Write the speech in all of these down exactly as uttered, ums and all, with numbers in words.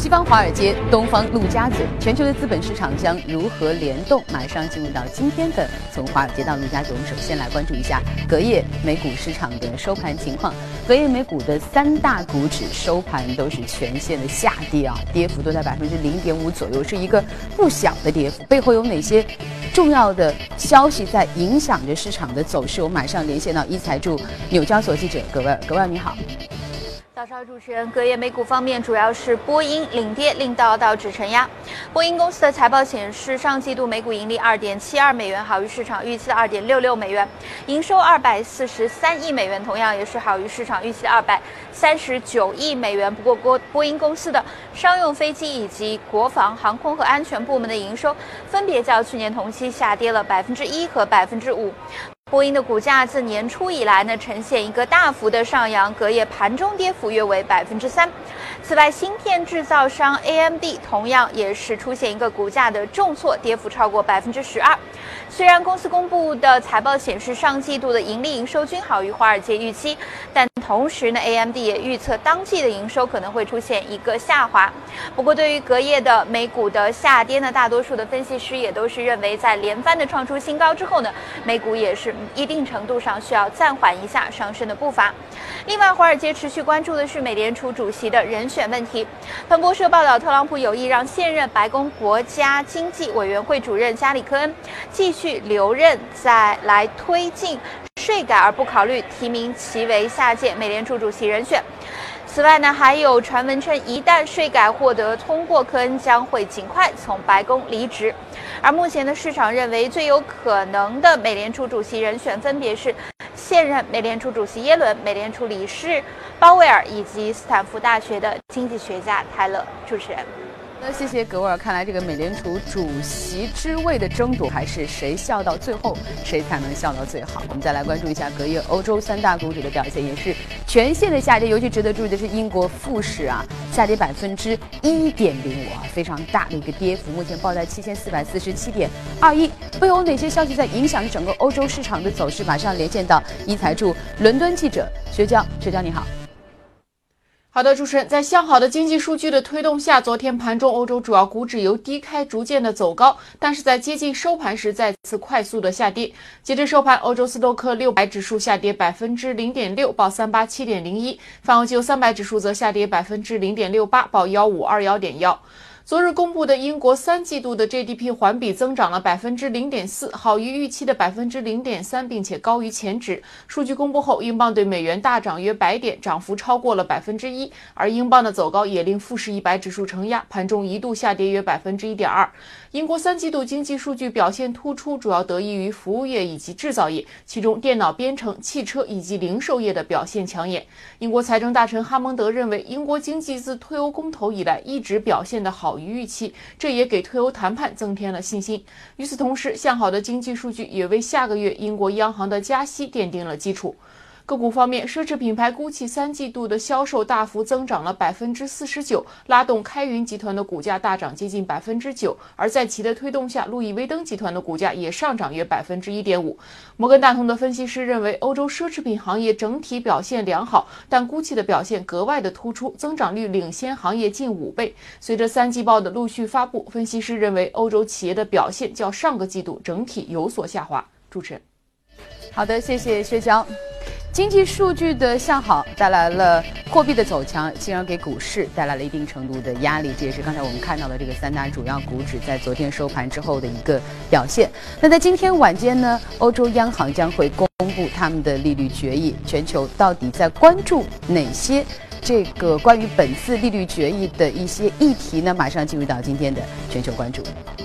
西方华尔街，东方陆家嘴，全球的资本市场将如何联动？马上进入到今天的从华尔街到陆家嘴，我们首先来关注一下隔夜美股市场的收盘情况。隔夜美股的三大股指收盘都是全线的下跌啊，跌幅都在百分之零点五左右，是一个不小的跌幅。背后有哪些重要的消息在影响着市场的走势？我马上连线到一财驻纽交所记者葛威尔，葛威尔你好。 早上，主持人，隔夜美股方面，主要是波音领跌，令道道指承压。波音公司的财报显示，上季度每股盈利二点七二美元，好于市场预期的二点六六美元；营收二百四十三亿美元，同样也是好于市场预期的二百三十九亿美元。不过，波波音公司的商用飞机以及国防、航空和安全部门的营收，分别较去年同期下跌了百分之一和百分之五。波音的股价自年初以来呢，呈现一个大幅的上扬，隔夜盘中跌幅约为百分之三。此外，芯片制造商 A M D 同样也是出现一个股价的重挫，跌幅超过百分之十二。虽然公司公布的财报显示上季度的盈利营收均好于华尔街预期，但同时呢 ，A M D 也预测当季的营收可能会出现一个下滑。不过，对于隔夜的美股的下跌呢，大多数的分析师也都是认为，在连番的创出新高之后呢，美股也是一定程度上需要暂缓一下上升的步伐。另外，华尔街持续关注的是美联储主席的人选问题。彭博社报道，特朗普有意让现任白宫国家经济委员会主任加里科恩继续留任，再来推进税改，而不考虑提名其为下届美联储主席人选。此外呢，还有传闻称，一旦税改获得通过，科恩将会尽快从白宫离职。而目前的市场认为，最有可能的美联储主席人选分别是现任美联储主席耶伦、美联储理事鲍威尔以及斯坦福大学的经济学家泰勒。主持人。 那谢谢格威尔，看来这个美联储主席之位的争夺，还是谁笑到最后，谁才能笑到最好。我们再来关注一下隔夜欧洲三大股指的表现，也是全线的下跌。尤其值得注意的是英国富时啊，下跌百分之一点零五啊，非常大的一个跌幅，目前报在七千四百四十七点二一。背后哪些消息在影响着整个欧洲市场的走势？马上连线到一财驻伦敦记者薛娇，薛娇你好。 好的，主持人，在向好的经济数据的推动下，昨天盘中欧洲主要股指由低开逐渐的走高，但是在接近收盘时再次快速的下跌。截至收盘，欧洲斯托克六百指数下跌百分之零点六，报三八七点零一；泛欧技三百指数则下跌百分之零点六八，报幺五二幺点幺。昨日公布的英国三季度的 G D P 环比增长了百分之零点四，好于预期的百分之零点三，并且高于前值。数据公布后，英镑对美元大涨约百点，涨幅超过了百分之一，而英镑的走高也令富时一百指数承压，盘中一度下跌约百分之一点二。英国三季度经济数据表现突出，主要得益于服务业以及制造业，其中电脑编程、汽车以及零售业的表现抢眼。英国财政大臣哈蒙德认为，英国经济自退欧公投以来一直表现得好于预期，这也给退欧谈判增添了信心。与此同时，向好的经济数据也为下个月英国央行的加息奠定了基础。个股方面，奢侈品牌 GUCCI 三季度的销售大幅增长了百分之四十九，拉动开云集团的股价大涨接近百分之九，而在其的推动下，路易威登集团的股价也上涨约百分之一点五。摩根大通的分析师认为，欧洲奢侈品行业整体表现良好，但 GUCCI 的表现格外的突出，增长率领先行业近五倍。随着三季报的陆续发布，分析师认为欧洲企业的表现较上个季度整体有所下滑。主持人。 好的，谢谢薛娇。经济数据的向好带来了货币的走强，进而给股市带来了一定程度的压力，这也是刚才我们看到的这个三大主要股指在昨天收盘之后的一个表现。那在今天晚间呢，欧洲央行将会公布他们的利率决议，全球到底在关注哪些这个关于本次利率决议的一些议题呢？马上进入到今天的全球关注。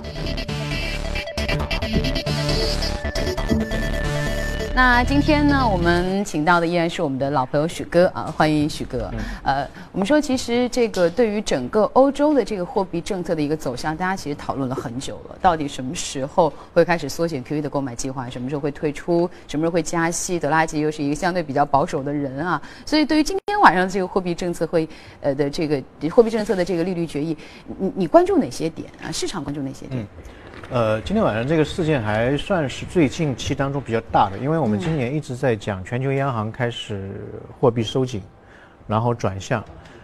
那今天呢，我们请到的依然是我们的老朋友许哥啊，欢迎许哥。呃，我们说其实这个对于整个欧洲的这个货币政策的一个走向，大家其实讨论了很久了，到底什么时候会开始缩减 Q E 的购买计划，什么时候会退出，什么时候会加息？德拉吉又是一个相对比较保守的人啊，所以对于今天晚上这个货币政策会呃的这个货币政策的这个利率决议，你你关注哪些点啊？市场关注哪些点？嗯呃，今天晚上这个事件还算是最近期当中比较大的，因为我们今年一直在讲全球央行开始货币收紧，然后转向。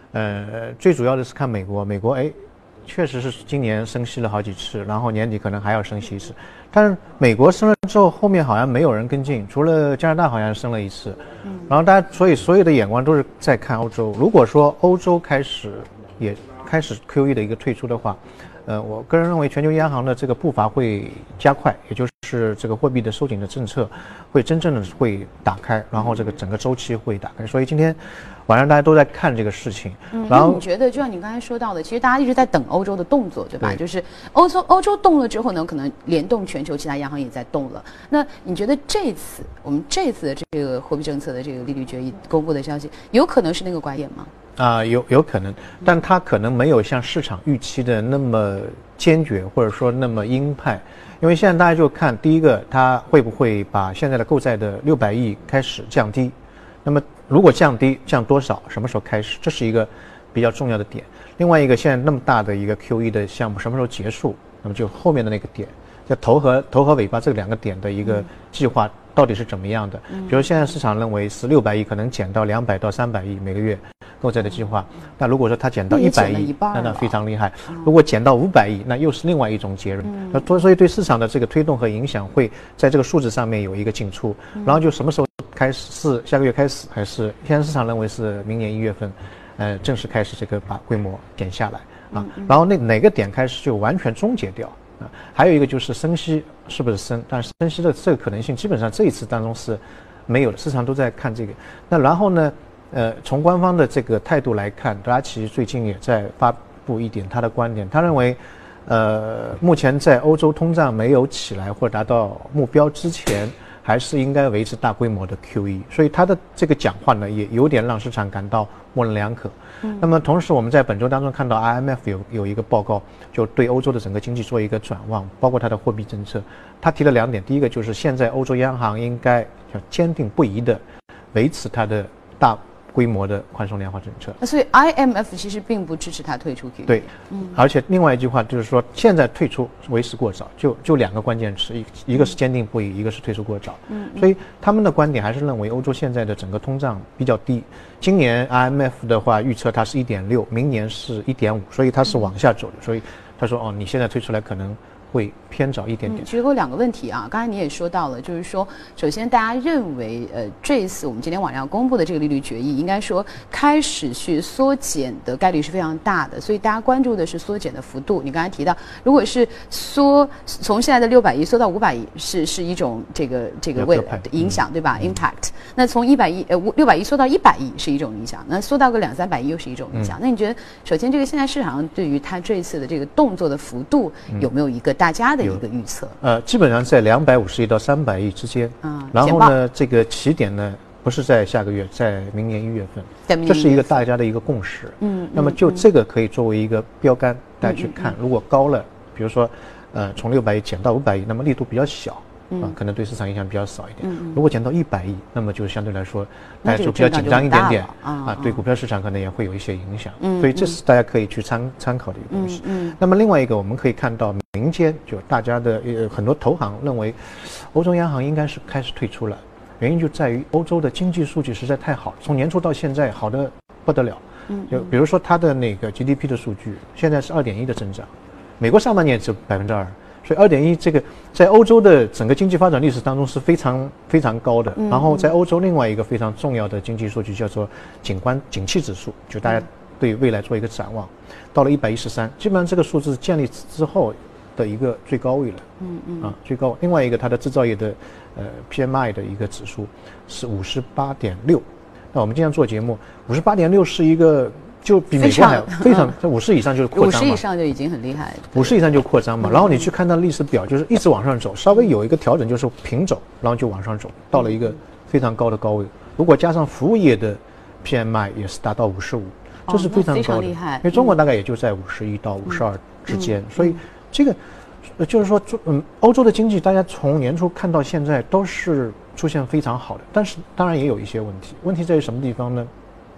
呃，最主要的是看美国，美国哎，确实是今年升息了好几次，然后年底可能还要升息一次。但是美国升了之后，后面好像没有人跟进，除了加拿大好像升了一次。嗯，然后大家所以所有的眼光都是在看欧洲。如果说欧洲开始也开始 Q E 的一个退出的话，呃，我个人认为全球央行的这个步伐会加快，也就是这个货币的收紧的政策会真正的会打开，然后这个整个周期会打开。所以今天晚上大家都在看这个事情。 嗯， 然后你觉得就像你刚才说到的，其实大家一直在等欧洲的动作，对吧？ 对， 就是欧洲欧洲动了之后呢，可能联动全球其他央行也在动了。那你觉得这次我们这次的这个货币政策的这个利率决议公布的消息，有可能是那个拐点吗？ 啊、呃，有有可能，但它可能没有像市场预期的那么坚决，或者说那么鹰派。因为现在大家就看第一个，它会不会把现在的购债的六百亿开始降低？那么如果降低，降多少？什么时候开始？这是一个比较重要的点。另外一个，现在那么大的一个 Q E 的项目，什么时候结束？那么就后面的那个点，叫头和头和尾巴这两个点的一个计划到底是怎么样的？比如现在市场认为是六百亿，可能减到两百到三百亿每个月购债的计划。那如果说它减到一百亿，那那非常厉害。如果减到五百亿，那又是另外一种结论。那多所以对市场的这个推动和影响会在这个数字上面有一个进出。然后就什么时候开始？是下个月开始，还是现在市场认为是明年一月份，呃，正式开始这个把规模减下来啊？然后那哪个点开始就完全终结掉？啊，还有一个就是升息是不是升？但是升息的这个可能性基本上这一次当中是没有的，市场都在看这个。那然后呢，呃，从官方的这个态度来看，德拉奇最近也在发布一点他的观点，他认为，呃，目前在欧洲通胀没有起来或达到目标之前，还是应该维持大规模的 Q E。所以他的这个讲话呢，也有点让市场感到模棱两可。嗯、那么同时我们在本周当中看到 I M F 有有一个报告，就对欧洲的整个经济做一个转望，包括它的货币政策。他提了两点，第一个就是现在欧洲央行应该要坚定不移的维持它的大规模的宽松量化政策。 所以 I M F 其实并不支持它退出 Q E。 对，嗯，而且另外一句话就是说，现在退出为时过早，就就两个关键词，一一个是坚定不移，一个是退出过早。嗯，所以他们的观点还是认为欧洲现在的整个通胀比较低。今年 I M F 的话预测它是 一点六， 明年是 一点五， 所以它是往下走的。所以他说哦，你现在退出来可能会偏早一点点。 嗯、其实有两个问题啊，刚才你也说到了，就是说，首先大家认为，呃，这一次我们今天晚上公布的这个利率决议，应该说开始去缩减的概率是非常大的，所以大家关注的是缩减的幅度。你刚才提到，如果是缩从现在的六百亿缩到五百亿，是是一种这个这个为影响，对吧、嗯、？impact。那从一百亿呃六百亿缩到一百亿是一种影响，那缩到个两三百亿又是一种影响。嗯、那你觉得，首先这个现在市场上对于它这一次的这个动作的幅度有没有一个大家的一个预测？ 呃，基本上在两百五十亿到三百亿之间。嗯，然后呢，这个起点呢不是在下个月，在明年一月份，这是一个大家的一个共识。嗯，那么就这个可以作为一个标杆，大家去看。如果高了，比如说，呃，从六百亿减到五百亿，那么力度比较小。啊，可能对市场影响比较少一点。嗯、如果减到一百亿，那么就相对来说，大家就比较紧张一点点啊, 啊，对股票市场可能也会有一些影响。嗯、所以这是大家可以去参参考的一个东西。嗯嗯、那么另外一个，我们可以看到民间就大家的呃很多投行认为，欧洲央行应该是开始退出了，原因就在于欧洲的经济数据实在太好了，从年初到现在好的不得了。嗯，就比如说它的那个 G D P 的数据，现在是二点一的增长，美国上半年只有百分之二。所以二点一这个在欧洲的整个经济发展历史当中是非常非常高的。然后在欧洲另外一个非常重要的经济数据叫做景观景气指数，就大家对未来做一个展望，到了一百一十三，基本上这个数字建立之后的一个最高位了。嗯嗯啊，最高。另外一个它的制造业的呃 P M I 的一个指数是五十八点六。那我们经常做节目，五十八点六是一个。就比美国还非常，在五十以上就是扩张嘛， 五十以上就已经很厉害了。 五十以上就扩张嘛，然后你去看它历史表，就是一直往上走，稍微有一个调整就是平走，然后就往上走，到了一个非常高的高位。如果加上服务业的 P M I 也是达到五十五，这是非常高的， 厉害。 因为中国大概也就在五十一到五十二之间，所以这个就是说，嗯，欧洲的经济大家从年初看到现在都是出现非常好的，但是当然也有一些问题，问题在于什么地方呢？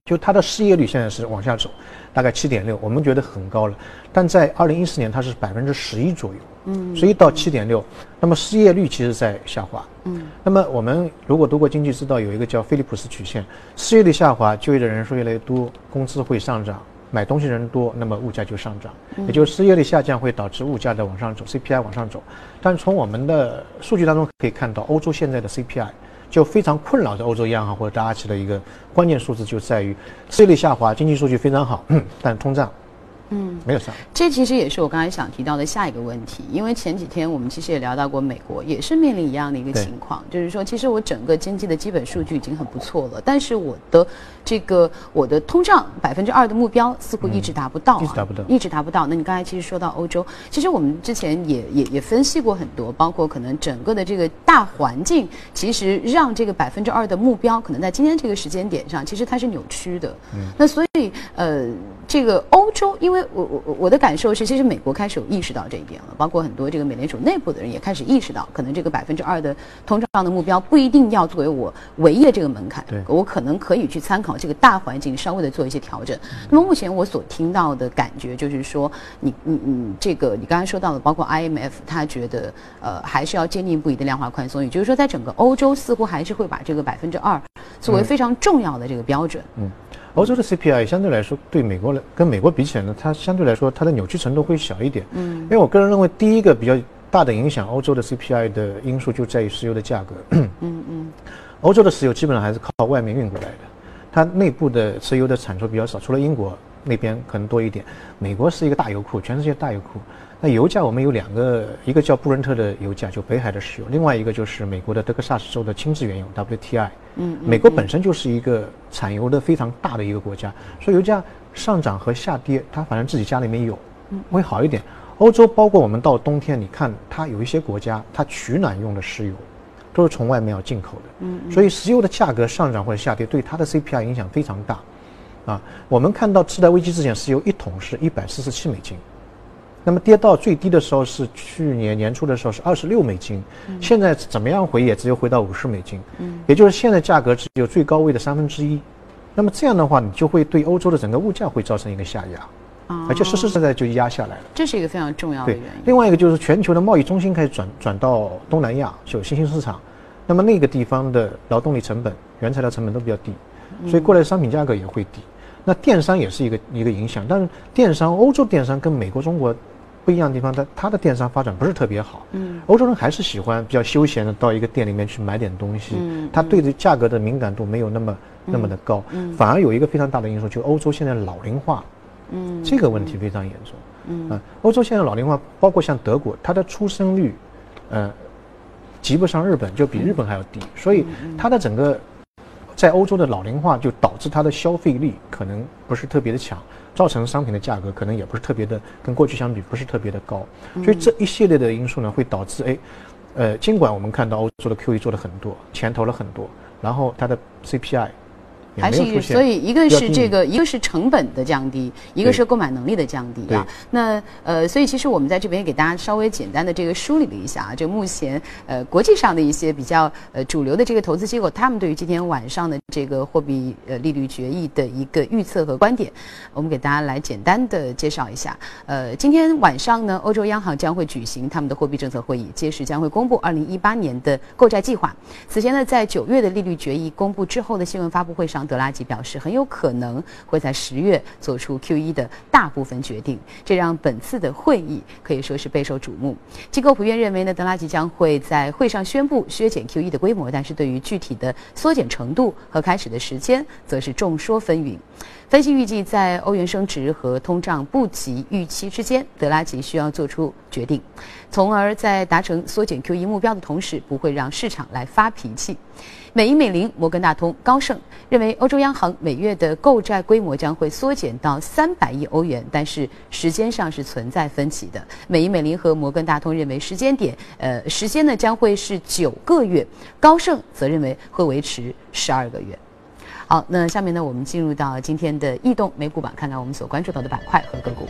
就它的失业率现在是往下走，大概七点六，我们觉得很高了，但在二零一四年它是百分之十一左右，嗯，十一到七点六，那么失业率其实在下滑，嗯，那么我们如果读过经济知道有一个叫菲利普斯曲线，失业率下滑，就业的人数越来越多，工资会上涨，买东西人多，那么物价就上涨，也就是失业率下降会导致物价的往上走 ，C P I 往上走，但从我们的数据当中可以看到，欧洲现在的 C P I。就非常困扰着欧洲央行或者大家起的一个关键数字，就在于失业率下滑，经济数据非常好，但通胀，嗯，没有上。 这其实也是我刚才想提到的下一个问题，因为前几天我们其实也聊到过，美国也是面临一样的一个情况，就是说，其实我整个经济的基本数据已经很不错了，但是我的这个我的通胀百分之二的目标似乎一直达不到、啊嗯，一直达不到， 一直达不到。那你刚才其实说到欧洲，其实我们之前也也也分析过很多，包括可能整个的这个大环境，其实让这个百分之二的目标，可能在今天这个时间点上，其实它是扭曲的。嗯，那所以呃，这个欧洲，因为我我我的感受是，其实美国开始有意识到这一点了，包括很多这个美联储内部的人也开始意识到，可能这个百分之二的通胀的目标不一定要作为我唯一的这个门槛， 对， 我可能可以去参考这个大环境，稍微的做一些调整。嗯、那么目前我所听到的感觉就是说，你你你这个你刚才说到的，包括 I M F， 他觉得呃还是要坚定不移的量化宽松，也就是说，在整个欧洲似乎还是会把这个百分之二作为非常重要的这个标准。嗯。嗯欧洲的 C P I 相对来说对美国来跟美国比起来呢，它相对来说它的扭曲程度会小一点。嗯，因为我个人认为第一个比较大的影响欧洲的 C P I 的因素就在于石油的价格。嗯嗯，欧洲的石油基本上还是靠外面运过来的，它内部的石油的产出比较少，除了英国那边可能多一点。美国是一个大油库，全世界大油库。那油价我们有两个，一个叫布伦特的油价，就北海的石油，另外一个就是美国的德克萨斯州的轻质原油 W T I。嗯，美国本身就是一个产油的非常大的一个国家，所以油价上涨和下跌，它反正自己家里面有，会好一点。欧洲包括我们到冬天，你看它有一些国家，它取暖用的石油都是从外面要进口的。嗯，所以石油的价格上涨或者下跌，对它的 C P I 影响非常大。啊，我们看到次贷危机之前，石油一桶是一百四十七美金。那么跌到最低的时候是去年年初的时候是二十六美金，嗯、现在怎么样回也只有回到五十美金，嗯，也就是现在价格只有最高位的三分之一。那么这样的话，你就会对欧洲的整个物价会造成一个下压，哦、而且实实在在就压下来了。 这是一个非常重要的原因。 另外一个就是全球的贸易中心开始转转到东南亚，就新兴市场，那么那个地方的劳动力成本、原材料成本都比较低，所以过来的商品价格也会低。嗯、那电商也是一个一个影响，但是电商欧洲电商跟美国、中国不一样的地方，它它的电商发展不是特别好。嗯，欧洲人还是喜欢比较休闲的到一个店里面去买点东西。嗯，他对这价格的敏感度没有那么、嗯、那么的高。嗯，反而有一个非常大的因素，就是欧洲现在老龄化。嗯，这个问题非常严重。嗯，啊，欧洲现在老龄化，包括像德国，它的出生率，呃，及不上日本，就比日本还要低，嗯、所以它的整个在欧洲的老龄化就导致它的消费力可能不是特别的强。造成商品的价格可能也不是特别的，跟过去相比不是特别的高，所以这一系列的因素呢，会导致哎，呃，尽管我们看到欧洲的 Q E 做了很多，钱投了很多，然后它的 C P I 还是一个，所以一个是这个，一个是成本的降低，一个是购买能力的降低啊。那呃，所以其实我们在这边也给大家稍微简单的这个梳理了一下啊，就目前呃国际上的一些比较呃主流的这个投资机构，他们对于今天晚上的这个货币呃利率决议的一个预测和观点，我们给大家来简单的介绍一下。呃，今天晚上呢，欧洲央行将会举行他们的货币政策会议，届时将会公布二零一八年的购债计划。此前呢，在九月的利率决议公布之后的新闻发布会上，德拉吉表示很有可能会在十月做出 Q E 的大部分决定，这让本次的会议可以说是备受瞩目。机构普遍认为呢，德拉吉将会在会上宣布削减 Q E 的规模，但是对于具体的缩减程度和开始的时间，则是众说纷纭。分析预计，在欧元升值和通胀不及预期之间，德拉吉需要做出决定，从而在达成缩减 Q E 目标的同时，不会让市场来发脾气。美银美林、摩根大通、高盛认为，欧洲央行每月的购债规模将会缩减到三百亿欧元，但是时间上是存在分歧的。美银美林和摩根大通认为时间点，呃，时间呢将会是九个月，高盛则认为会维持十二个月。好，那下面呢，我们进入到今天的异动美股榜，看看我们所关注到的板块和个股。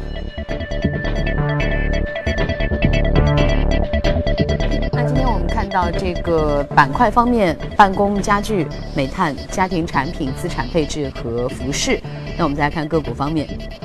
那今天我们看到这个板块方面，办公家具、煤炭、家庭产品、资产配置和服饰。那我们再来看个股方面。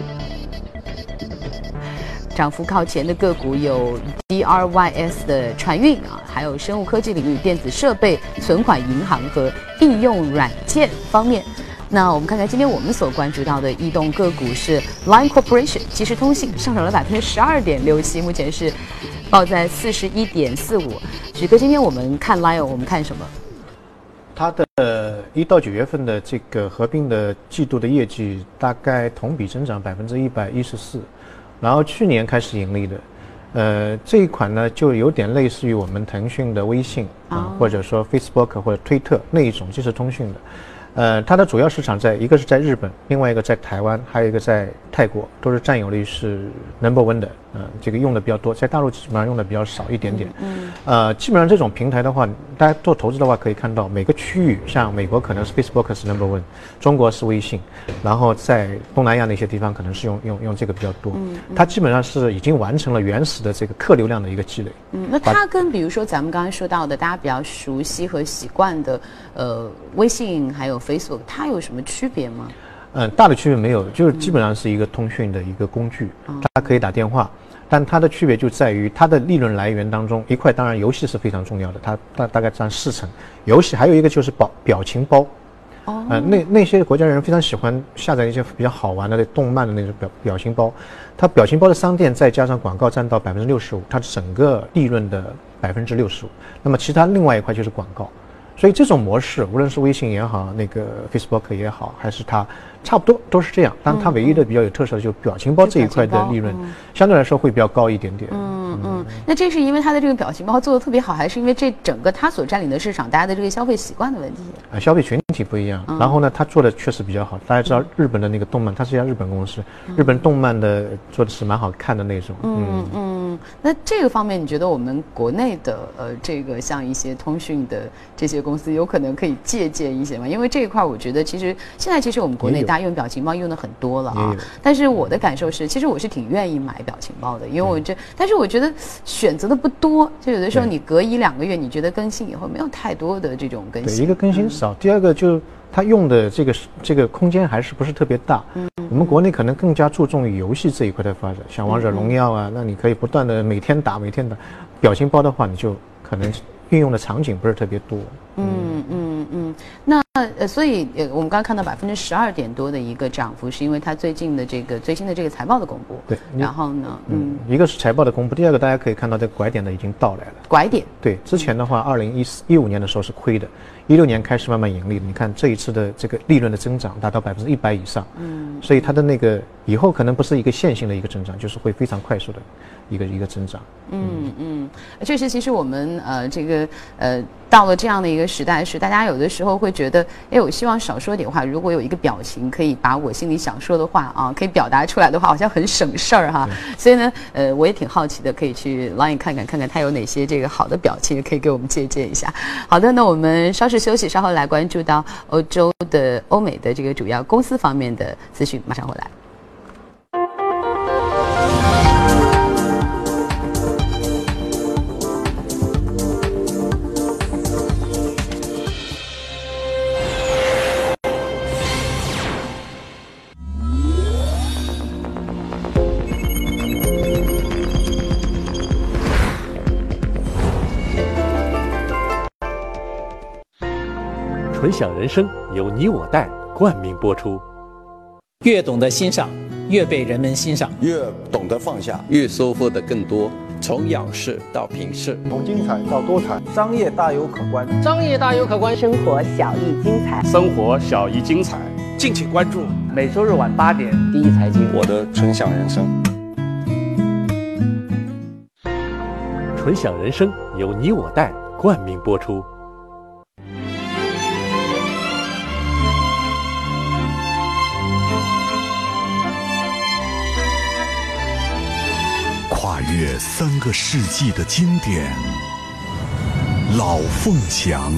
涨幅靠前的个股有 D R Y S 的船运啊，还有生物科技领域、电子设备、存款银行和应用软件方面。那我们看看今天我们所关注到的异动个股是 Line Corporation 即时通信，上涨了百分之十二点六七，目前是报在四十一点四五。许哥，今天我们看 Line， 我们看什么？ 它的一到九月份的这个合并的季度的业绩大概同比增长百分之一百一十四。然后去年开始盈利的，呃，这一款呢就有点类似于我们腾讯的微信啊、呃，或者说 Facebook 或者推特那一种即时通讯的，呃，它的主要市场在一个是在日本，另外一个在台湾，还有一个在泰国，都是占有率是 number one 的，呃，这个用的比较多，在大陆基本上用的比较少一点点。嗯，呃，基本上这种平台的话，大家做投资的话可以看到每个区域，像美国可能是 Facebook 是 number one， 中国是微信，然后在东南亚那些地方可能是用用用这个比较多。嗯，它基本上是已经完成了原始的这个客流量的一个积累。 嗯，那它跟比如说咱们刚才说到的大家比较熟悉和习惯的呃微信还有 Facebook， 它有什么区别吗？ 嗯，大的区别没有，就是基本上是一个通讯的一个工具，嗯、它可以打电话，但它的区别就在于它的利润来源当中，一块当然游戏是非常重要的，它大大概占四成，游戏还有一个就是表表情包。哦，呃，那那些国家人非常喜欢下载一些比较好玩的动漫的那种表表情包，它表情包的商店再加上广告占到百分之六十五，它整个利润的百分之六十五。那么其他另外一块就是广告，所以这种模式无论是微信也好，那个 Facebook 也好，还是它差不多都是这样。但它唯一的比较有特色的就是表情包这一块的利润，嗯、相对来说会比较高一点点。 嗯嗯，那这是因为它的这个表情包做得特别好，还是因为这整个它所占领的市场，大家的这个消费习惯的问题？ 啊，消费群体不一样。嗯、然后呢，它做的确实比较好。大家知道日本的那个动漫，它是一家日本公司，嗯、日本动漫的做的是蛮好看的那种。 嗯 嗯, 嗯，那这个方面，你觉得我们国内的呃这个像一些通讯的这些公司有可能可以借鉴一些吗？因为这一块，我觉得其实现在其实我们国内大家用表情包用的很多了啊。但是我的感受是，其实我是挺愿意买表情包的，因为我这，嗯、但是我觉得选择的不多，就有的时候你隔一两个月，你觉得更新以后没有太多的这种更新。 对，一个更新少，嗯、第二个就它用的这个这个空间还是不是特别大。嗯，我们国内可能更加注重于游戏这一块的发展，像王者荣耀啊，嗯、那你可以不断的每天打每天打。表情包的话，你就可能运用的场景不是特别多。 嗯嗯嗯，那呃，所以呃，我们刚刚看到百分之十二点多的一个涨幅，是因为它最近的这个最新的这个财报的公布。 对， 然后呢， 嗯，一个是财报的公布，第二个大家可以看到这个拐点呢已经到来了。 拐点。 对，之前的话，二零一四一五年的时候是亏的，一六年开始慢慢盈利。你看这一次的这个利润的增长达到百分之一百以上。嗯，所以它的那个以后可能不是一个线性的一个增长，就是会非常快速的一个一个增长。 嗯嗯，确实，其实我们呃这个呃到了这样的一个时代，是大家有的时候会觉得，哎，我希望少说点话，如果有一个表情可以把我心里想说的话啊，可以表达出来的话，好像很省事儿哈。所以呢，呃，我也挺好奇的，可以去 Line 看看，看看它有哪些这个好的表情，可以给我们借鉴一下。好的，那我们稍事休息，稍后来关注到欧洲的欧美的这个主要公司方面的资讯，马上回来。 纯享人生由你我贷冠名播出。 越懂得欣赏，越被人们欣赏； 越懂得放下， 越收获的更多。从仰视到平视， 从精彩到多彩， 商业大有可观， 商业大有可观， 生活小艺精彩， 生活小艺精彩。 敬请关注每周日晚八点， 第一财经， 我的纯享人生。 纯享人生由你我贷冠名播出。 跨越三个世纪的经典，老凤祥。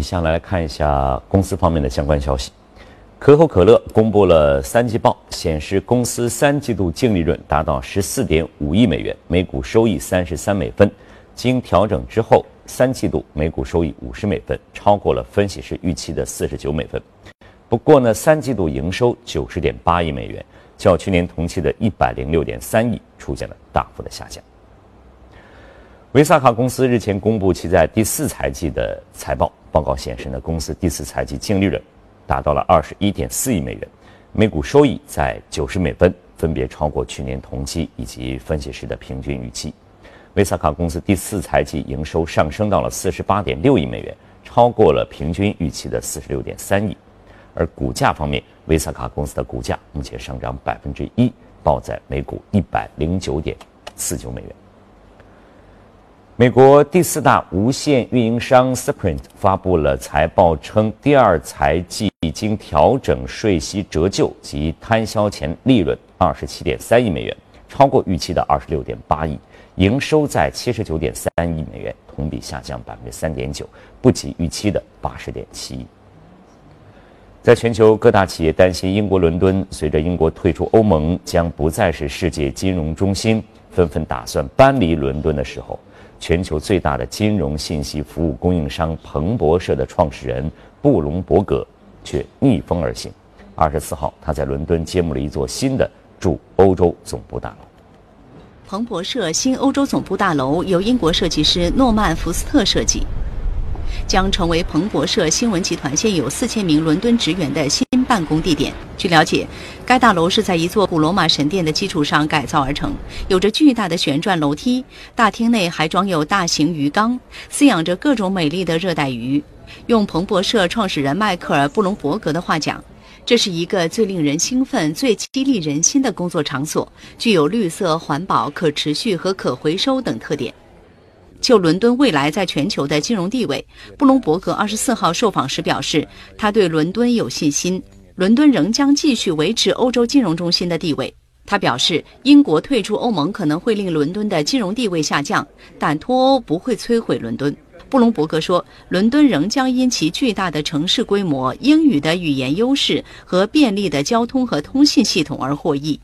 下来看一下公司方面的相关消息。可口可乐公布了三季报，显示公司三季度净利润达到十四点五亿美元，每股收益三十三美分。经调整之后，三季度每股收益五十美分，超过了分析师预期的四十九美分。不过呢，三季度营收九十点八亿美元，较去年同期的一百零六点三亿出现了大幅的下降。维萨卡公司日前公布其在第四财季的财报，报告显示呢，公司第四财季净利润达到了二十一点四亿美元，每股收益在九十美分，分别超过去年同期以及分析师的平均预期。维萨卡公司第四财季营收上升到了四十八点六亿美元，超过了平均预期的四十六点三亿。而股价方面，维萨卡公司的股价目前上涨百分之一，报在每股一百零九点四九美元。美国第四大无线运营商 Sprint 发布了财报称，第二财季经调整税息折旧及摊销前利润二十七点三亿美元，超过预期的二十六点八亿，营收在七十九点三亿美元，同比下降百分之三点九，不及预期的八十点七亿。在全球各大企业担心英国伦敦随着英国退出欧盟将不再是世界金融中心，纷纷打算搬离伦敦的时候，全球最大的金融信息服务供应商彭博社的创始人布隆伯格却逆风而行。二十四号，他在伦敦揭幕了一座新的驻欧洲总部大楼。 彭博社新欧洲总部大楼由英国设计师诺曼·福斯特设计，将成为彭博社新闻集团现有四千名伦敦职员的新办公地点。据了解，该大楼是在一座古罗马神殿的基础上改造而成，有着巨大的旋转楼梯，大厅内还装有大型鱼缸，饲养着各种美丽的热带鱼。用彭博社创始人迈克尔·布隆伯格的话讲，这是一个最令人兴奋、最激励人心的工作场所，具有绿色、环保、可持续和可回收等特点。就伦敦未来在全球的金融地位，布隆伯格二十四号受访时表示，他对伦敦有信心，伦敦仍将继续维持欧洲金融中心的地位。他表示，英国退出欧盟可能会令伦敦的金融地位下降，但脱欧不会摧毁伦敦。布隆伯格说，伦敦仍将因其巨大的城市规模、英语的语言优势和便利的交通和通信系统而获益。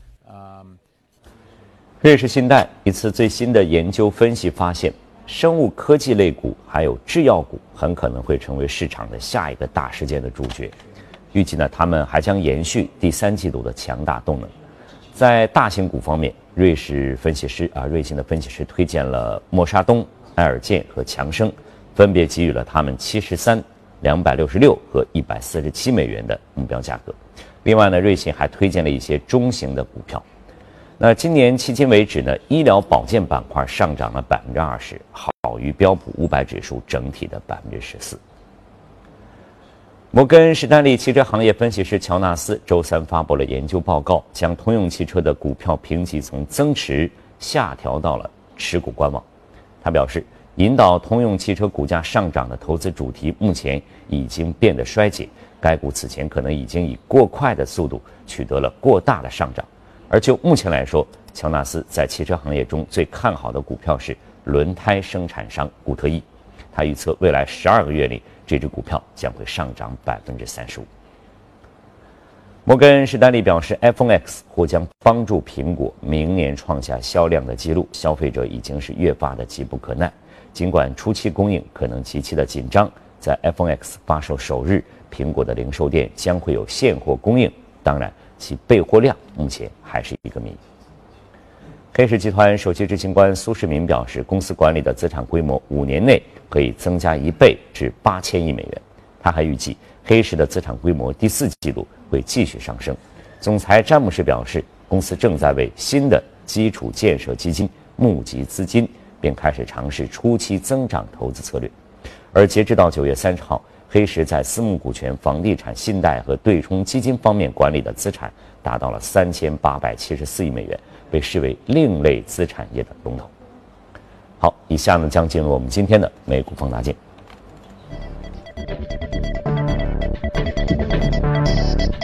瑞士信贷一次最新的研究分析发现，生物科技类股还有制药股很可能会成为市场的下一个大事件的主角。预计呢，他们还将延续第三季度的强大动能。在大型股方面，瑞士分析师啊，瑞信的分析师推荐了默沙东、埃尔健和强生，分别给予了他们七十三、两百六十六和一百四十七美元的目标价格。另外呢，瑞信还推荐了一些中型的股票。那今年迄今为止呢，医疗保健板块上涨了百分之二十，好于标普五百指数整体的百分之十四。摩根士丹利汽车行业分析师乔纳斯周三发布了研究报告，将通用汽车的股票评级从增持下调到了持股观望。他表示，引导通用汽车股价上涨的投资主题目前已经变得衰竭，该股此前可能已经以过快的速度取得了过大的上涨。而就目前来说，乔纳斯在汽车行业中最看好的股票是轮胎生产商固特异。他预测未来十二个月里，这只股票将会上涨百分之三十五。摩根士丹利表示 ，iPhone X 或将帮助苹果明年创下销量的记录，消费者已经是越发的急不可耐。尽管初期供应可能极其的紧张，在 iPhone X 发售首日，苹果的零售店将会有现货供应，当然其备货量目前还是一个谜。黑石集团首席执行官苏世民表示，公司管理的资产规模五年内可以增加一倍至八千亿美元。他还预计黑石的资产规模第四季度会继续上升。总裁詹姆士表示，公司正在为新的基础建设基金募集资金，并开始尝试初期增长投资策略。而截至到九月三十号，黑石在私募股权、房地产、信贷和对冲基金方面管理的资产达到了三千八百七十四亿美元，被视为另类资产业的龙头。好，以下呢将进入我们今天的美股放大镜。 好，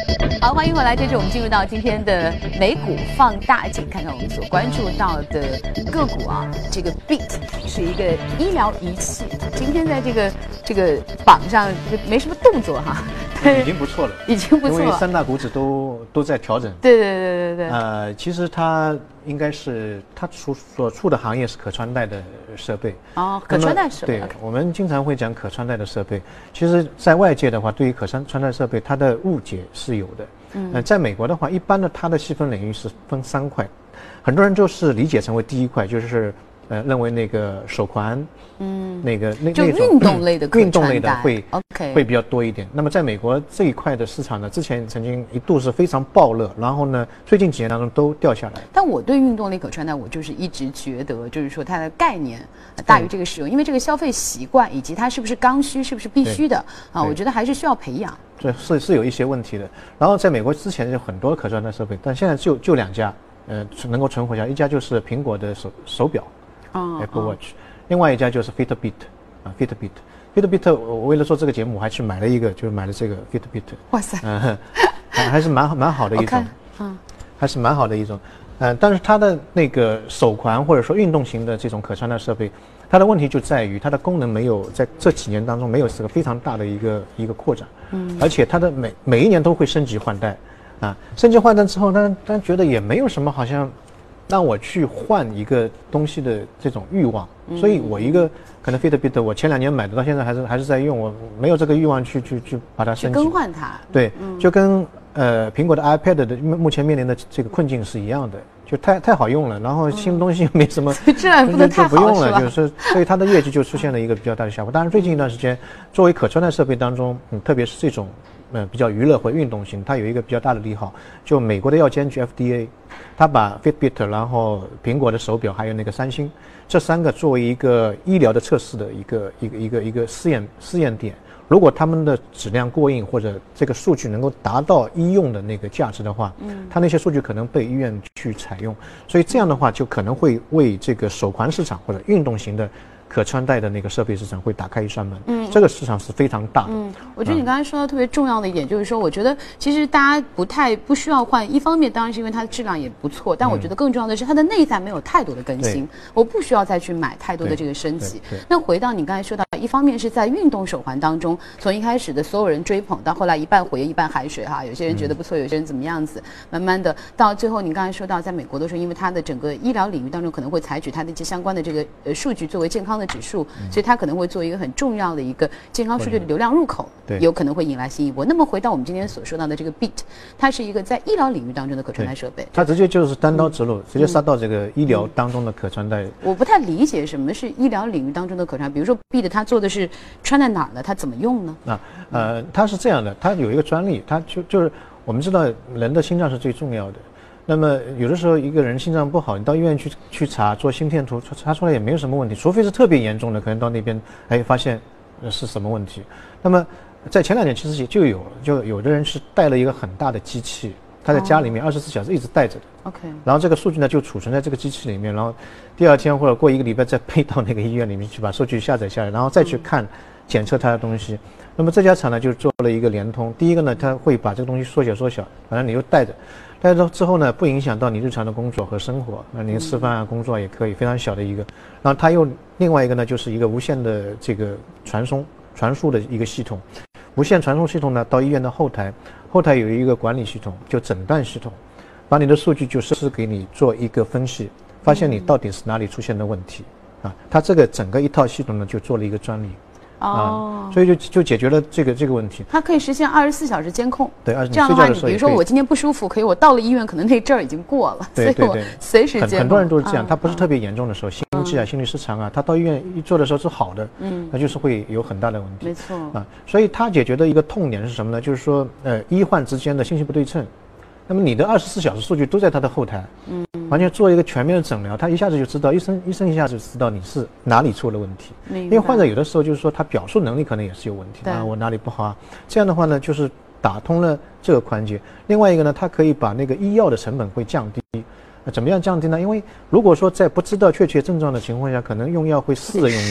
好，欢迎回来。这是我们进入到今天的美股放大镜，看看我们所关注到的个股啊。这个 B I T 是一个医疗仪器，今天在这个这个榜上这个没什么动作哈， 已经不错了， 已经不错了， 因为三大股指都都在调整。 对对对对对。 呃，其实它应该是它所所处的行业是可穿戴的设备。 哦，可穿戴设备。 对，我们经常会讲可穿戴的设备。其实，在外界的话，对于可穿穿戴设备，它的误解是有的。嗯、呃，在美国的话，一般的它的细分领域是分三块，很多人就是理解成为第一块，就是呃认为那个手环，嗯，那个那就运动类的可运动类的会 OK 会比较多一点。那么在美国这一块的市场呢，之前曾经一度是非常爆热，然后呢，最近几年当中都掉下来。 但我对运动类可穿戴，我就是一直觉得，就是说它的概念大于这个使用，因为这个消费习惯以及它是不是刚需，是不是必须的啊，我觉得还是需要培养。 这是是有一些问题的。然后在美国之前有很多可穿戴设备，但现在就就两家，呃，能够存活下来。一家就是苹果的手手表，哦 ，Apple Watch，、哦、另外一家就是 Fitbit， 啊 ，Fitbit。Fitbit， 我为了做这个节目，我还去买了一个，就是买了这个 Fitbit。 哇塞， 嗯，还是蛮蛮好的一种，嗯，还是蛮好的一种。呃，但是它的那个手环或者说运动型的这种可穿戴设备，它的问题就在于它的功能没有在这几年当中没有这个非常大的一个一个扩展，嗯，而且它的每每一年都会升级换代，啊，升级换代之后，但但觉得也没有什么好像让我去换一个东西的这种欲望，嗯、所以我一个可能 Fitbit 我前两年买的，到现在还是还是在用，我没有这个欲望去去去把它升级更换它， 对，嗯、就跟。呃，苹果的 iPad 的目前面临的这个困境是一样的，就太太好用了，然后新东西又没什么， 这不能太好就不用了，就是所以它的业绩就出现了一个比较大的下滑。当然，最近一段时间，作为可穿戴设备当中，嗯，特别是这种呃比较娱乐或运动型，它有一个比较大的利好，就美国的药监局 F D A， 它把 Fitbit， 然后苹果的手表还有那个三星这三个作为一个医疗的测试的一个一个一个一个试验试验点。如果他们的质量过硬，或者这个数据能够达到医用的那个价值的话，嗯，它那些数据可能被医院去采用，所以这样的话就可能会为这个手环市场或者运动型的可穿戴的那个设备市场会打开一扇门，嗯，这个市场是非常大的。嗯， 我觉得你刚才说到特别重要的一点，就是说，我觉得其实大家不太不需要换，一方面当然是因为它的质量也不错，但我觉得更重要的是它的内在没有太多的更新，我不需要再去买太多的这个升级。那回到你刚才说到，一方面是在运动手环当中，从一开始的所有人追捧，到后来一半火焰一半海水哈，有些人觉得不错，有些人怎么样子，慢慢的到最后，你刚才说到，在美国的时候，因为它的整个医疗领域当中可能会采取它的一些相关的这个呃数据作为健康的指数，所以它可能会做一个很重要的一个健康数据的流量入口，对，有可能会引来新一波。那么回到我们今天所说到的这个 B I T， 它是一个在医疗领域当中的可穿戴设备， 它直接就是单刀直入，嗯、直接杀到这个医疗当中的可穿戴。嗯、 我不太理解什么是医疗领域当中的可穿戴，比如说 B I T 它做的是穿在哪儿呢？它怎么用呢？ 啊，呃，它是这样的，它有一个专利，它就就是我们知道人的心脏是最重要的。那么有的时候一个人心脏不好，你到医院去去查做心电图，查出来也没有什么问题，除非是特别严重的，可能到那边哎发现是什么问题。那么在前两年其实也就有，就有的人是带了一个很大的机器，他在家里面二十四小时一直带着的。 OK。 然后这个数据呢就储存在这个机器里面，然后第二天或者过一个礼拜再背到那个医院里面去把数据下载下来，然后再去看检测它的东西。那么这家厂呢就做了一个联通，第一个呢它会把这个东西缩小缩小，反正你就带着。带着之后呢，不影响到你日常的工作和生活，那你吃饭啊、工作也可以，非常小的一个。然后它又另外一个呢，就是一个无线的这个传送传输的一个系统。无线传输系统呢，到医院的后台，后台有一个管理系统，就诊断系统，把你的数据就实时给你做一个分析，发现你到底是哪里出现的问题啊。它这个整个一套系统呢，就做了一个专利。哦、啊，所以就就解决了这个这个问题。 它可以实现二十四小时监控。 对， 这样的话，你比如说我今天不舒服，可以我到了医院，可能那阵儿已经过了， 对对对， 随时监控。 很多人都是这样，他不是特别严重的时候，心悸啊、心律失常啊，他到医院一做的时候是好的，嗯，那就是会有很大的问题。 没错啊，所以他解决的一个痛点是什么呢？就是说，呃，医患之间的信息不对称。那么你的二十四小时数据都在他的后台，嗯，完全做一个全面的诊疗，他一下子就知道，医生医生一下子就知道你是哪里出了问题。因为患者有的时候就是说他表述能力可能也是有问题啊，我哪里不好啊，这样的话呢，就是打通了这个环节。另外一个呢，它可以把那个医药的成本会降低。那怎么样降低呢？因为如果说在不知道确切症状的情况下，可能用药会试着用药。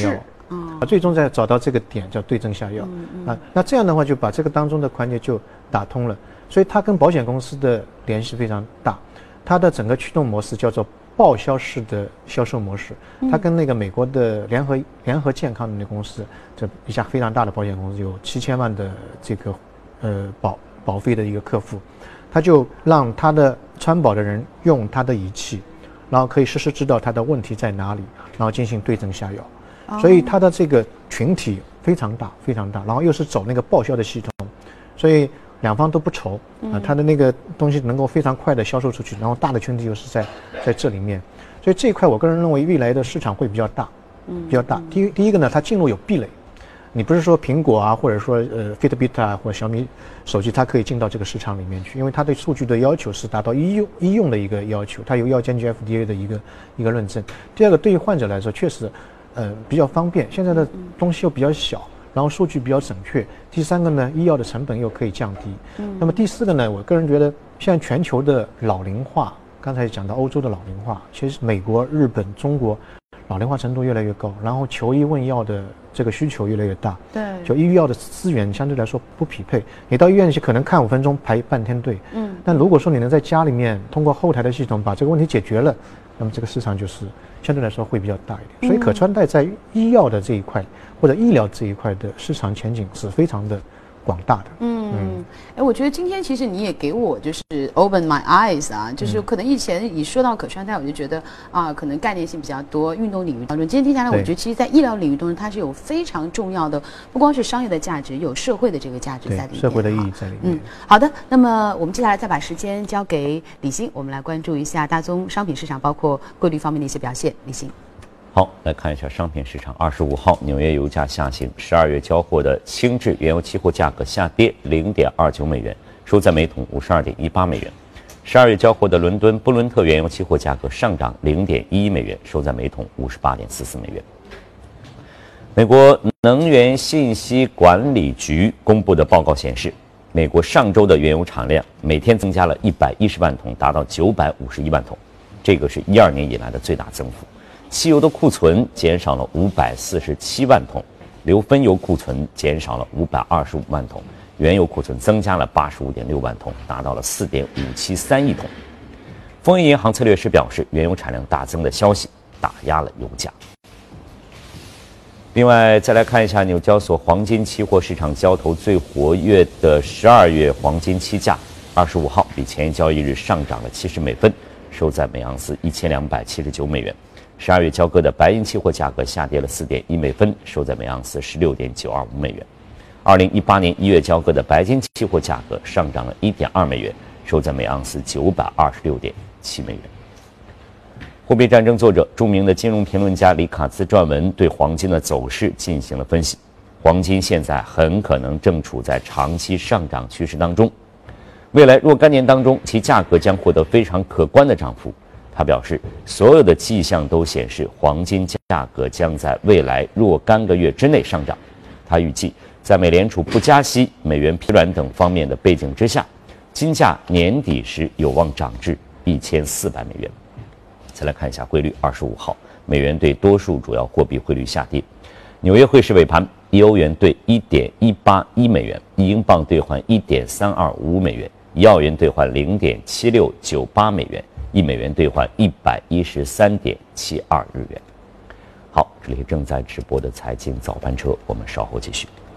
嗯， 最终再找到这个点叫对症下药，嗯嗯、啊，那这样的话就把这个当中的环节就打通了，所以它跟保险公司的联系非常大，它的整个驱动模式叫做报销式的销售模式，它跟那个美国的联合联合健康的那公司，这一家非常大的保险公司，有七千万的这个呃保保费的一个客户，他就让他的穿保的人用他的仪器，然后可以实时知道他的问题在哪里，然后进行对症下药，哦、所以他的这个群体非常大非常大，然后又是走那个报销的系统，所以两方都不愁啊，他的那个东西能够非常快的销售出去，然后大的群体又是在在这里面，所以这一块我个人认为未来的市场会比较大，比较大。第一第一个呢，它进入有壁垒，你不是说苹果啊，或者说呃 Fitbit 啊或者小米手机，它可以进到这个市场里面去，因为它对数据的要求是达到医用医用的一个要求，它有药监局 F D A 的一个一个认证。第二个，对于患者来说确实呃比较方便，现在的东西又比较小。然后数据比较准确。第三个呢，医药的成本又可以降低。嗯。那么第四个呢，我个人觉得，现在全球的老龄化，刚才讲到欧洲的老龄化，其实美国、日本、中国老龄化程度越来越高，然后求医问药的这个需求越来越大。 对。 就医药的资源相对来说不匹配，你到医院去可能看五分钟排半天队。嗯。但如果说你能在家里面通过后台的系统把这个问题解决了，那么这个市场就是相对来说会比较大一点。所以可穿戴在医药的这一块。或者医疗这一块的市场前景是非常的广大的。 嗯嗯，哎，我觉得今天其实你也给我就是 open my eyes 啊，就是可能以前一说到可穿戴，我就觉得啊，可能概念性比较多，运动领域当中，今天听下来，我觉得其实在医疗领域当中，它是有非常重要的，不光是商业的价值，有社会的这个价值在里面， 社会的意义在里面。 嗯，好的，那么我们接下来再把时间交给李欣，我们来关注一下大宗商品市场，包括汇率方面的一些表现。李欣。 好，来看一下商品市场。二十五号，纽约油价下行，十二月交货的轻质原油期货价格下跌零点二九美元，收在每桶五十二点一八美元。十二月交货的伦敦布伦特原油期货价格上涨零点一一美元，收在每桶五十八点四四美元。美国能源信息管理局公布的报告显示，美国上周的原油产量每天增加了一百一十万桶，达到九百五十一万桶，这个是一二年以来的最大增幅。汽油的库存减少了五百四十七万桶，硫分油库存减少了五百二十五万桶，原油库存增加了八十五点六万桶，达到了四点五七三亿桶。丰益银行策略师表示，原油产量大增的消息打压了油价。另外，再来看一下纽交所黄金期货市场交投最活跃的十二月黄金期价，二十五号比前一交易日上涨了七十美分，收在每盎司一千两百七十九美元。十二月交割的白银期货价格下跌了四点一美分，收在每盎司十六点九二五美元。二零一八年一月交割的白金期货价格上涨了一点二美元，收在每盎司九百二十六点七美元。货币战争作者、著名的金融评论家里卡兹撰文对黄金的走势进行了分析。黄金现在很可能正处在长期上涨趋势当中，未来若干年当中，其价格将获得非常可观的涨幅。他表示，所有的迹象都显示黄金价格将在未来若干个月之内上涨。他预计，在美联储不加息、美元疲软等方面的背景之下，金价年底时有望涨至一千四百美元。再来看一下汇率，二十五号，美元对多数主要货币汇率下跌。纽约汇市尾盘，一欧元兑一点一八一美元，一英镑兑换一点三二五美元，一澳元兑换零点七六九八美元。一美元兑换一百一十三点七二日元。好，这里是正在直播的财经早班车，我们稍后继续。